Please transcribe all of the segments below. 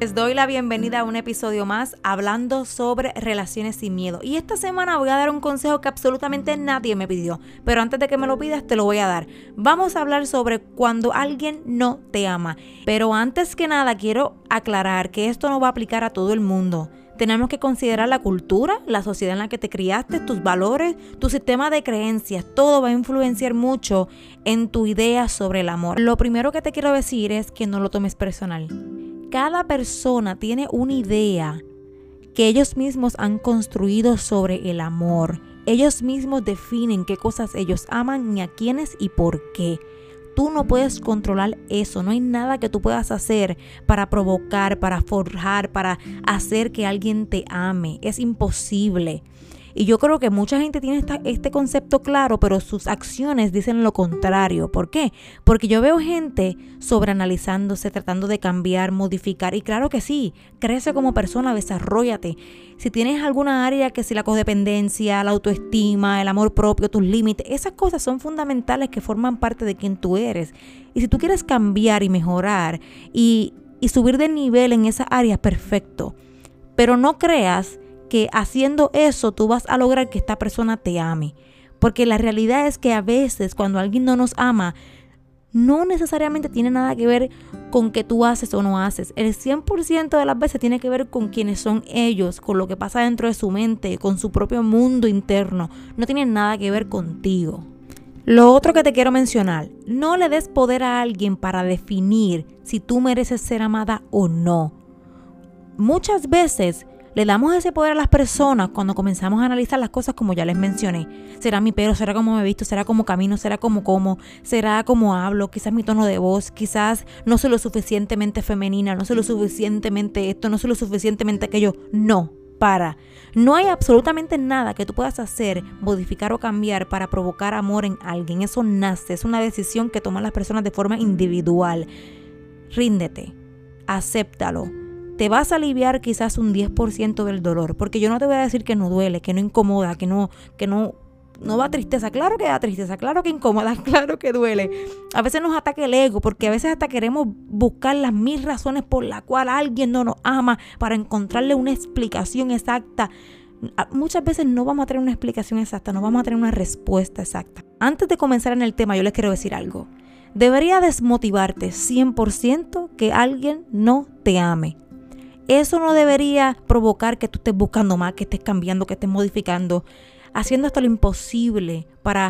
Les doy la bienvenida a un episodio más hablando sobre relaciones sin miedo. Y esta semana voy a dar un consejo que absolutamente nadie me pidió, pero antes de que me lo pidas te lo voy a dar. Vamos a hablar sobre cuando alguien no te ama. Pero antes que nada quiero aclarar que esto no va a aplicar a todo el mundo. Tenemos que considerar la cultura, la sociedad en la que te criaste, tus valores, tu sistema de creencias. Todo va a influenciar mucho en tu idea sobre el amor. Lo primero que te quiero decir es que no lo tomes personal. Cada persona tiene una idea que ellos mismos han construido sobre el amor. Ellos mismos definen qué cosas ellos aman, ni a quiénes y por qué. Tú no puedes controlar eso, no hay nada que tú puedas hacer para provocar, para forjar, para hacer que alguien te ame. Es imposible. Y yo creo que mucha gente tiene este concepto claro, pero sus acciones dicen lo contrario. ¿Por qué? Porque yo veo gente sobreanalizándose, tratando de cambiar, modificar. Y claro que sí, crece como persona, desarróllate. Si tienes alguna área que si la codependencia, la autoestima, el amor propio, tus límites, esas cosas son fundamentales que forman parte de quien tú eres. Y si tú quieres cambiar y mejorar y subir de nivel en esa área, perfecto. Pero no creas que haciendo eso tú vas a lograr que esta persona te ame. Porque la realidad es que a veces cuando alguien no nos ama, no necesariamente tiene nada que ver con que tú haces o no haces. El 100% de las veces tiene que ver con quiénes son ellos, con lo que pasa dentro de su mente, con su propio mundo interno. No tiene nada que ver contigo. Lo otro que te quiero mencionar, no le des poder a alguien para definir si tú mereces ser amada o no. Muchas veces le damos ese poder a las personas cuando comenzamos a analizar las cosas como ya les mencioné. ¿Será mi pelo? ¿Será cómo me visto? ¿Será cómo camino? ¿Será cómo como? ¿Será cómo hablo? Quizás mi tono de voz. Quizás no soy lo suficientemente femenina, no soy lo suficientemente esto, no soy lo suficientemente aquello. No, para. No hay absolutamente nada que tú puedas hacer, modificar o cambiar para provocar amor en alguien. Eso nace, es una decisión que toman las personas de forma individual. Ríndete, acéptalo. Te vas a aliviar quizás un 10% del dolor, porque yo no te voy a decir que no duele, que no incomoda, que no da tristeza. Claro que da tristeza, claro que incomoda, claro que duele. A veces nos ataca el ego, porque a veces hasta queremos buscar las 1000 razones por las cuales alguien no nos ama para encontrarle una explicación exacta. Muchas veces no vamos a tener una explicación exacta, no vamos a tener una respuesta exacta. Antes de comenzar en el tema, yo les quiero decir algo. Debería desmotivarte 100% que alguien no te ame. Eso no debería provocar que tú estés buscando más, que estés cambiando, que estés modificando, haciendo hasta lo imposible para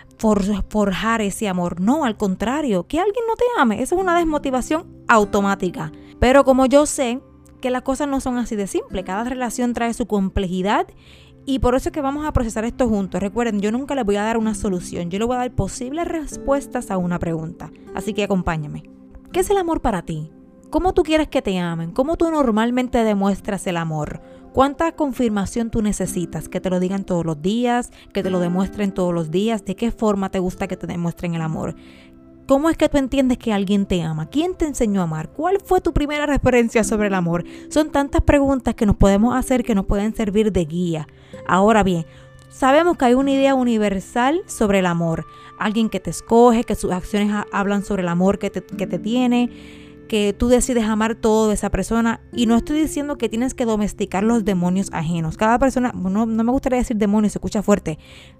forjar ese amor. No, al contrario, que alguien no te ame, eso es una desmotivación automática. Pero como yo sé que las cosas no son así de simple, cada relación trae su complejidad y por eso es que vamos a procesar esto juntos. Recuerden, yo nunca les voy a dar una solución, yo les voy a dar posibles respuestas a una pregunta. Así que acompáñame. ¿Qué es el amor para ti? ¿Cómo tú quieres que te amen? ¿Cómo tú normalmente demuestras el amor? ¿Cuánta confirmación tú necesitas? ¿Que te lo digan todos los días? ¿Que te lo demuestren todos los días? ¿De qué forma te gusta que te demuestren el amor? ¿Cómo es que tú entiendes que alguien te ama? ¿Quién te enseñó a amar? ¿Cuál fue tu primera referencia sobre el amor? Son tantas preguntas que nos podemos hacer que nos pueden servir de guía. Ahora bien, sabemos que hay una idea universal sobre el amor. Alguien que te escoge, que sus acciones hablan sobre el amor que te tiene, que tú decides amar todo de esa persona. Y no estoy diciendo que tienes que domesticar los demonios ajenos. Cada persona, no me gustaría decir demonios, se escucha fuerte.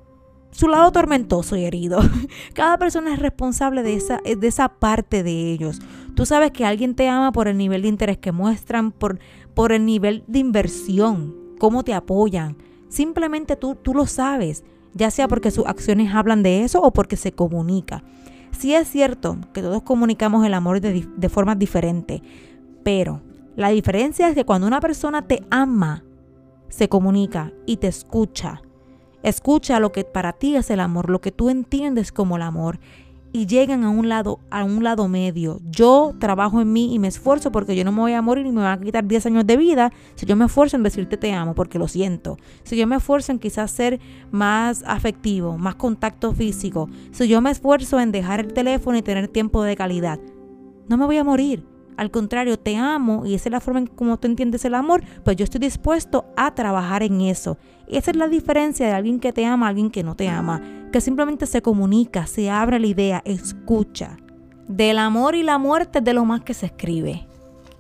Su lado tormentoso y herido. Cada persona es responsable de esa parte de ellos. Tú sabes que alguien te ama por el nivel de interés que muestran, por el nivel de inversión, cómo te apoyan. Simplemente tú lo sabes, ya sea porque sus acciones hablan de eso o porque se comunica. Sí es cierto que todos comunicamos el amor de formas diferentes, pero la diferencia es que cuando una persona te ama, se comunica y te escucha. Escucha lo que para ti es el amor, lo que tú entiendes como el amor y llegan a un lado medio. Yo trabajo en mí y me esfuerzo porque yo no me voy a morir y me van a quitar 10 años de vida si yo me esfuerzo en decirte te amo porque lo siento. Si yo me esfuerzo en quizás ser más afectivo, más contacto físico. Si yo me esfuerzo en dejar el teléfono y tener tiempo de calidad. No me voy a morir. Al contrario, te amo y esa es la forma en cómo tú entiendes el amor, pues yo estoy dispuesto a trabajar en eso. Esa es la diferencia de alguien que te ama a alguien que no te ama, que simplemente se comunica, se abre la idea, escucha. Del amor y la muerte es de lo más que se escribe.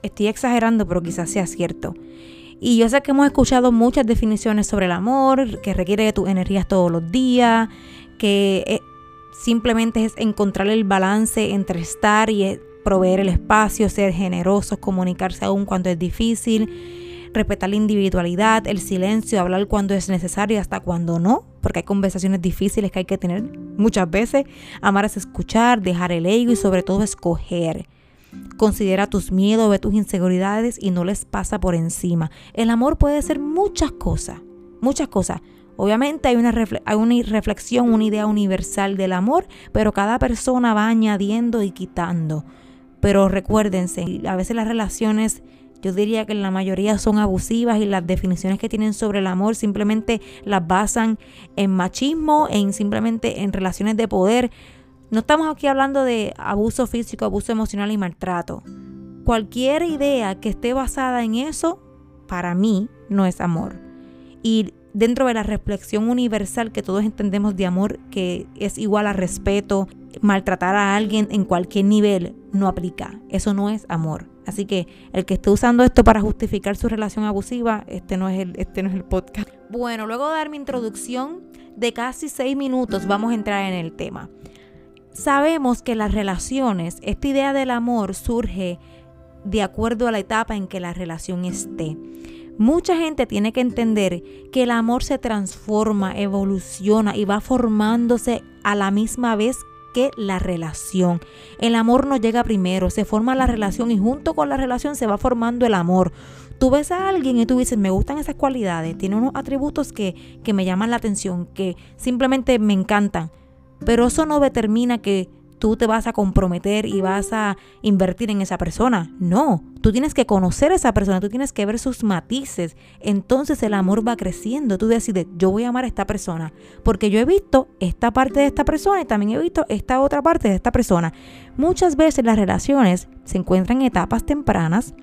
estoy exagerando, pero quizás sea cierto. Y yo sé que hemos escuchado muchas definiciones sobre el amor, que requiere de tus energías todos los días, que simplemente es encontrar el balance entre estar y proveer el espacio, ser generosos, comunicarse aún cuando es difícil, respetar la individualidad, el silencio, hablar cuando es necesario y hasta cuando no, porque hay conversaciones difíciles que hay que tener muchas veces. Amar es escuchar, dejar el ego y sobre todo escoger. Considera tus miedos, ve tus inseguridades y no les pasa por encima. El amor puede ser muchas cosas, muchas cosas. Obviamente hay una reflexión, una idea universal del amor, pero cada persona va añadiendo y quitando. Pero recuérdense, a veces las relaciones, yo diría que la mayoría son abusivas y las definiciones que tienen sobre el amor simplemente las basan en machismo, simplemente en relaciones de poder. No estamos aquí hablando de abuso físico, abuso emocional y maltrato. Cualquier idea que esté basada en eso, para mí, no es amor. Y dentro de la reflexión universal que todos entendemos de amor, que es igual a respeto, maltratar a alguien en cualquier nivel, no aplica. Eso no es amor. Así que el que esté usando esto para justificar su relación abusiva, este no es el podcast. Bueno, luego de dar mi introducción de casi 6 minutos, vamos a entrar en el tema. Sabemos que las relaciones, esta idea del amor surge de acuerdo a la etapa en que la relación esté. Mucha gente tiene que entender que el amor se transforma, evoluciona y va formándose a la misma vez que la relación. El amor no llega primero, se forma la relación y junto con la relación se va formando el amor. Tú ves a alguien y tú dices, me gustan esas cualidades, tiene unos atributos que me llaman la atención, que simplemente me encantan. Pero eso no determina que tú te vas a comprometer y vas a invertir en esa persona. No, tú tienes que conocer a esa persona, tú tienes que ver sus matices. Entonces el amor va creciendo. Tú decides, yo voy a amar a esta persona porque yo he visto esta parte de esta persona y también he visto esta otra parte de esta persona. Muchas veces las relaciones se encuentran en etapas tempranas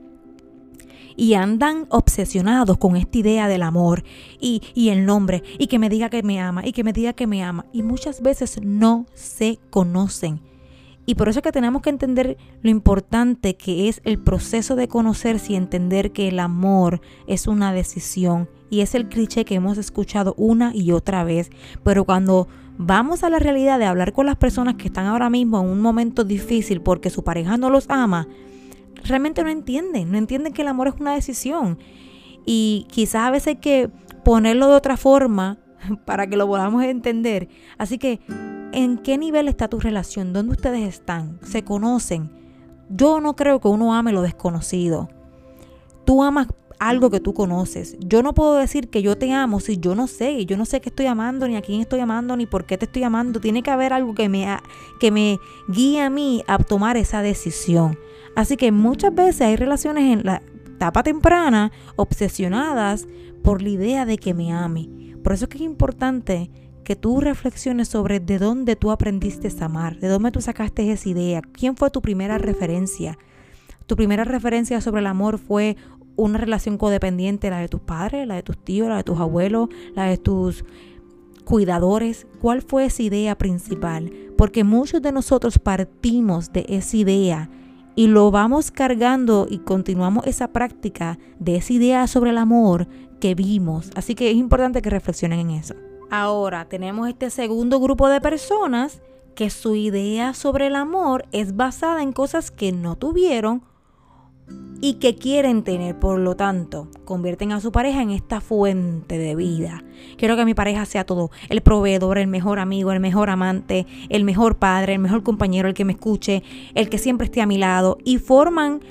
y andan obsesionados con esta idea del amor y el nombre, y que me diga que me ama, y que me diga que me ama. Y muchas veces no se conocen. Y por eso es que tenemos que entender lo importante que es el proceso de conocerse y entender que el amor es una decisión. Y es el cliché que hemos escuchado una y otra vez. Pero cuando vamos a la realidad de hablar con las personas que están ahora mismo en un momento difícil porque su pareja no los ama, realmente no entienden que el amor es una decisión. Y quizás a veces hay que ponerlo de otra forma para que lo podamos entender. Así que, ¿en qué nivel está tu relación? ¿Dónde ustedes están? ¿Se conocen? Yo no creo que uno ame lo desconocido. Tú amas algo que tú conoces. Yo no puedo decir que yo te amo si yo no sé qué estoy amando, ni a quién estoy amando, ni por qué te estoy amando. Tiene que haber algo que me guíe a mí a tomar esa decisión. Así que muchas veces hay relaciones en la etapa temprana obsesionadas por la idea de que me ame. Por eso es que es importante que tú reflexiones sobre de dónde tú aprendiste a amar, de dónde tú sacaste esa idea, quién fue tu primera referencia. Tu primera referencia sobre el amor fue una relación codependiente, la de tus padres, la de tus tíos, la de tus abuelos, la de tus cuidadores. ¿Cuál fue esa idea principal? Porque muchos de nosotros partimos de esa idea y lo vamos cargando y continuamos esa práctica de esa idea sobre el amor que vimos. Así que es importante que reflexionen en eso. Ahora tenemos este segundo grupo de personas que su idea sobre el amor es basada en cosas que no tuvieron y que quieren tener. Por lo tanto, convierten a su pareja en esta fuente de vida. Quiero que mi pareja sea todo: el proveedor, el mejor amigo, el mejor amante, el mejor padre, el mejor compañero, el que me escuche, el que siempre esté a mi lado. Y forman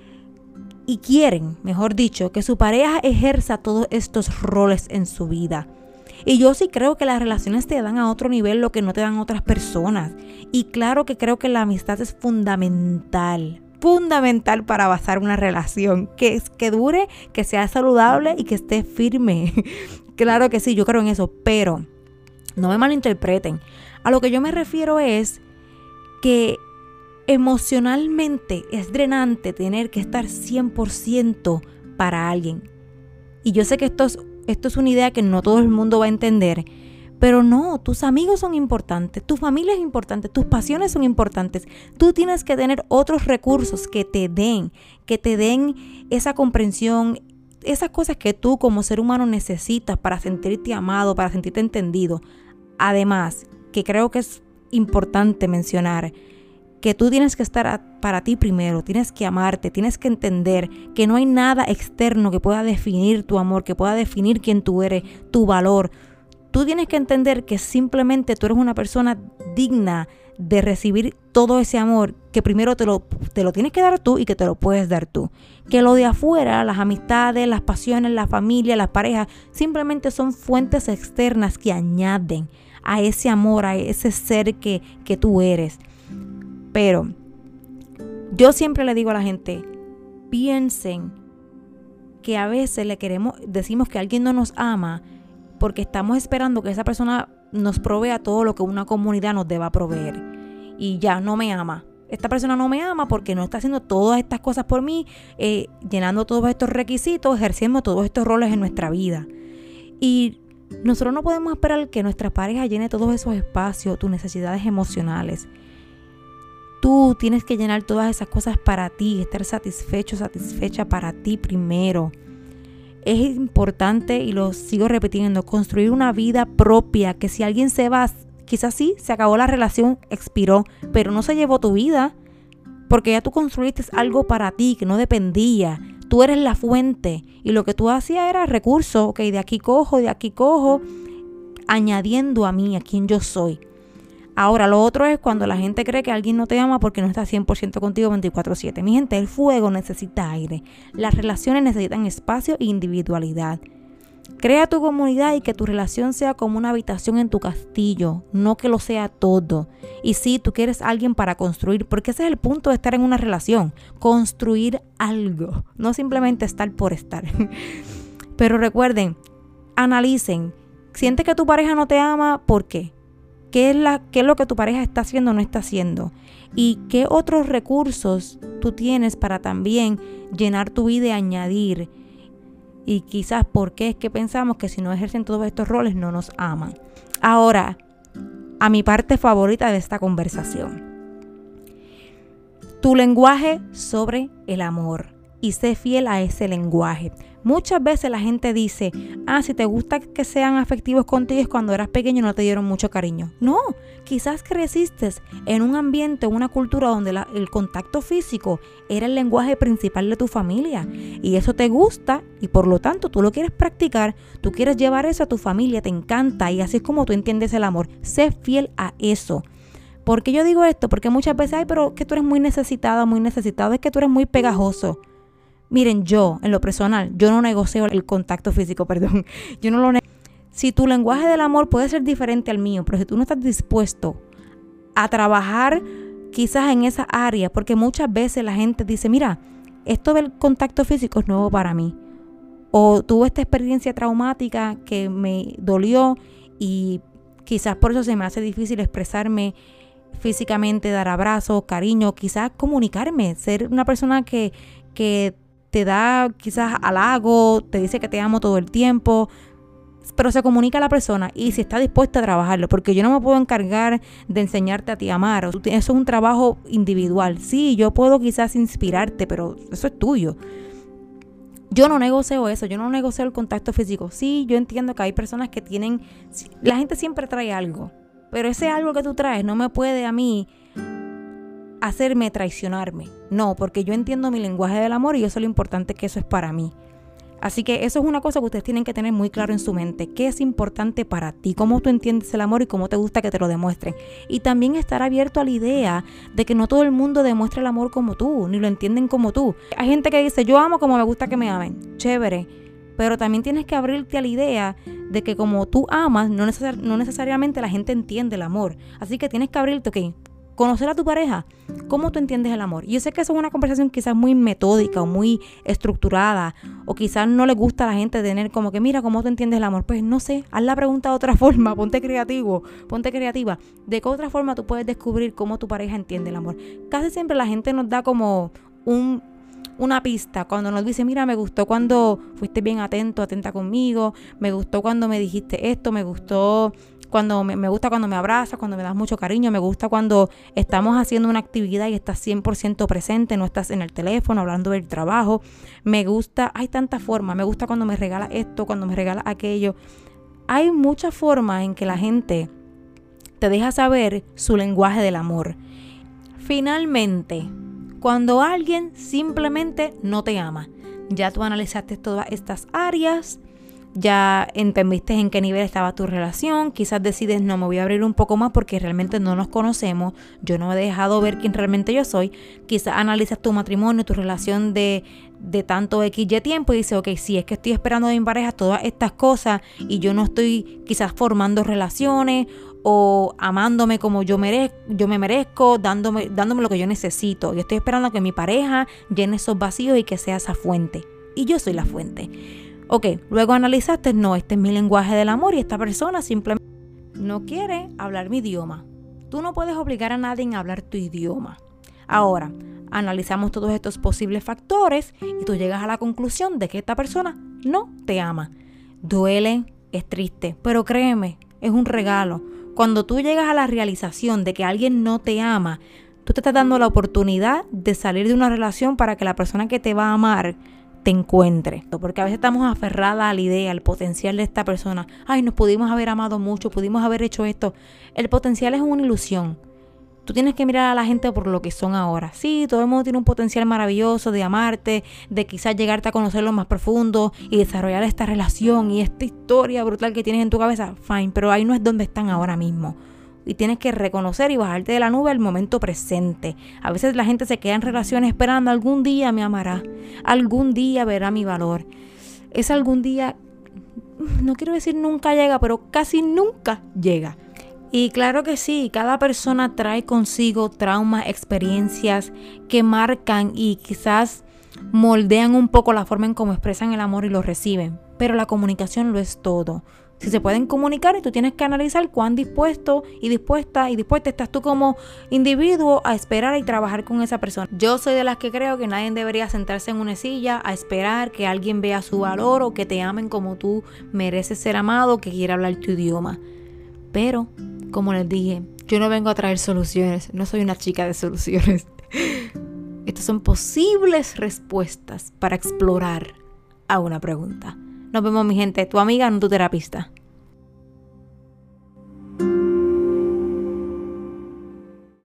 y quieren, mejor dicho, que su pareja ejerza todos estos roles en su vida. Y yo sí creo que las relaciones te dan a otro nivel lo que no te dan otras personas. Y claro que creo que la amistad es fundamental para basar una relación, que dure, que sea saludable y que esté firme. Claro que sí, yo creo en eso, pero no me malinterpreten. A lo que yo me refiero es que emocionalmente es drenante tener que estar 100% para alguien. Y yo sé que esto es una idea que no todo el mundo va a entender, Pero no, tus amigos son importantes, tu familia es importante, tus pasiones son importantes. Tú tienes que tener otros recursos que te den esa comprensión, esas cosas que tú como ser humano necesitas para sentirte amado, para sentirte entendido. Además, que creo que es importante mencionar, que tú tienes que estar para ti primero, tienes que amarte, tienes que entender que no hay nada externo que pueda definir tu amor, que pueda definir quién tú eres, tu valor. Tú tienes que entender que simplemente tú eres una persona digna de recibir todo ese amor, que primero te lo tienes que dar tú y que te lo puedes dar tú. Que lo de afuera, las amistades, las pasiones, la familia, las parejas, simplemente son fuentes externas que añaden a ese amor, a ese ser que tú eres. Pero yo siempre le digo a la gente, piensen que a veces decimos que alguien no nos ama porque estamos esperando que esa persona nos provea todo lo que una comunidad nos deba proveer. Y ya, no me ama. Esta persona no me ama porque no está haciendo todas estas cosas por mí, llenando todos estos requisitos, ejerciendo todos estos roles en nuestra vida. Y nosotros no podemos esperar que nuestra pareja llene todos esos espacios, tus necesidades emocionales. Tú tienes que llenar todas esas cosas para ti, estar satisfecha para ti primero. Es importante, y lo sigo repitiendo, construir una vida propia, que si alguien se va, quizás sí, se acabó la relación, expiró, pero no se llevó tu vida, porque ya tú construiste algo para ti que no dependía. Tú eres la fuente y lo que tú hacías era recurso, ok, de aquí cojo, añadiendo a mí, a quien yo soy. Ahora, lo otro es cuando la gente cree que alguien no te ama porque no está 100% contigo 24/7. Mi gente, el fuego necesita aire. Las relaciones necesitan espacio e individualidad. Crea tu comunidad y que tu relación sea como una habitación en tu castillo, no que lo sea todo. Y sí, tú quieres alguien para construir, porque ese es el punto de estar en una relación. Construir algo, no simplemente estar por estar. Pero recuerden, analicen. ¿Sientes que tu pareja no te ama? ¿Por qué? ¿Qué es lo que tu pareja está haciendo o no está haciendo? ¿Y qué otros recursos tú tienes para también llenar tu vida y añadir? Y quizás por qué es que pensamos que si no ejercen todos estos roles no nos aman. Ahora, a mi parte favorita de esta conversación. Tu lenguaje sobre el amor. Y sé fiel a ese lenguaje. Muchas veces la gente dice, si te gusta que sean afectivos contigo es cuando eras pequeño y no te dieron mucho cariño. No, quizás creciste en un ambiente, una cultura donde el contacto físico era el lenguaje principal de tu familia. Y eso te gusta y por lo tanto tú lo quieres practicar, tú quieres llevar eso a tu familia, te encanta y así es como tú entiendes el amor. Sé fiel a eso. ¿Por qué yo digo esto? Porque muchas veces, pero que tú eres muy necesitado, es que tú eres muy pegajoso. Miren, yo, en lo personal, yo no negocio el contacto físico, Yo no lo negocio. Si tu lenguaje del amor puede ser diferente al mío, pero si tú no estás dispuesto a trabajar quizás en esa área, porque muchas veces la gente dice, mira, esto del contacto físico es nuevo para mí. O tuve esta experiencia traumática que me dolió y quizás por eso se me hace difícil expresarme físicamente, dar abrazos, cariño, quizás comunicarme, ser una persona que te da quizás halago, te dice que te amo todo el tiempo, pero se comunica a la persona y si está dispuesta a trabajarlo, porque yo no me puedo encargar de enseñarte a ti a amar, eso es un trabajo individual. Sí, yo puedo quizás inspirarte, pero eso es tuyo. Yo no negocio eso, yo no negocio el contacto físico. Sí, yo entiendo que hay personas que tienen, la gente siempre trae algo, pero ese algo que tú traes no me puede a mí hacerme traicionarme. No, porque yo entiendo mi lenguaje del amor y yo sé lo importante que eso es para mí. Así que eso es una cosa que ustedes tienen que tener muy claro en su mente. ¿Qué es importante para ti? ¿Cómo tú entiendes el amor y cómo te gusta que te lo demuestren? Y también estar abierto a la idea de que no todo el mundo demuestra el amor como tú, ni lo entienden como tú. Hay gente que dice, yo amo como me gusta que me amen. Chévere. Pero también tienes que abrirte a la idea de que como tú amas, no necesariamente la gente entiende el amor. Así que tienes que abrirte, ok, conocer a tu pareja, cómo tú entiendes el amor. Y yo sé que eso es una conversación quizás muy metódica o muy estructurada, o quizás no le gusta a la gente tener como que, mira, ¿cómo tú entiendes el amor? Pues no sé, haz la pregunta de otra forma, ponte creativa. ¿De qué otra forma tú puedes descubrir cómo tu pareja entiende el amor? Casi siempre la gente nos da como una pista cuando nos dice, mira, me gustó cuando fuiste bien atenta conmigo, me gustó cuando me dijiste esto, me gustó me gusta cuando me abrazas, cuando me das mucho cariño, me gusta cuando estamos haciendo una actividad y estás 100% presente, no estás en el teléfono hablando del trabajo. Me gusta, hay tantas formas, me gusta cuando me regalas esto, cuando me regalas aquello. Hay muchas formas en que la gente te deja saber su lenguaje del amor. Finalmente, cuando alguien simplemente no te ama, ya tú analizaste todas estas áreas, ya entendiste en qué nivel estaba tu relación, quizás decides no, me voy a abrir un poco más porque realmente no nos conocemos, yo no he dejado ver quién realmente yo soy, quizás analizas tu matrimonio, tu relación de tanto XY tiempo y dices, ok, si es que estoy esperando de mi pareja todas estas cosas y yo no estoy quizás formando relaciones o amándome como yo me merezco, dándome lo que yo necesito, yo estoy esperando a que mi pareja llene esos vacíos y que sea esa fuente y yo soy la fuente. Ok, luego analizaste, no, este es mi lenguaje del amor y esta persona simplemente no quiere hablar mi idioma. Tú no puedes obligar a nadie a hablar tu idioma. Ahora, analizamos todos estos posibles factores y tú llegas a la conclusión de que esta persona no te ama. Duele, es triste, pero créeme, es un regalo. Cuando tú llegas a la realización de que alguien no te ama, tú te estás dando la oportunidad de salir de una relación para que la persona que te va a amar te encuentre, porque a veces estamos aferradas a la idea, al potencial de esta persona. Ay, nos pudimos haber amado mucho, pudimos haber hecho esto. El potencial es una ilusión. Tú tienes que mirar a la gente por lo que son ahora. Sí, todo el mundo tiene un potencial maravilloso de amarte, de quizás llegarte a conocerlo más profundo y desarrollar esta relación y esta historia brutal que tienes en tu cabeza. Fine, pero ahí no es donde están ahora mismo. Y tienes que reconocer y bajarte de la nube al momento presente. A veces la gente se queda en relaciones esperando, algún día me amará, algún día verá mi valor. Ese algún día, no quiero decir nunca llega, pero casi nunca llega. Y claro que sí, cada persona trae consigo traumas, experiencias que marcan y quizás moldean un poco la forma en cómo expresan el amor y lo reciben. Pero la comunicación lo es todo. Si se pueden comunicar y tú tienes que analizar cuán dispuesto y dispuesta estás tú como individuo a esperar y trabajar con esa persona. Yo soy de las que creo que nadie debería sentarse en una silla a esperar que alguien vea su valor o que te amen como tú mereces ser amado, que quiera hablar tu idioma. Pero, como les dije, yo no vengo a traer soluciones, no soy una chica de soluciones. Estas son posibles respuestas para explorar a una pregunta. Nos vemos, mi gente, tu amiga, no tu terapista.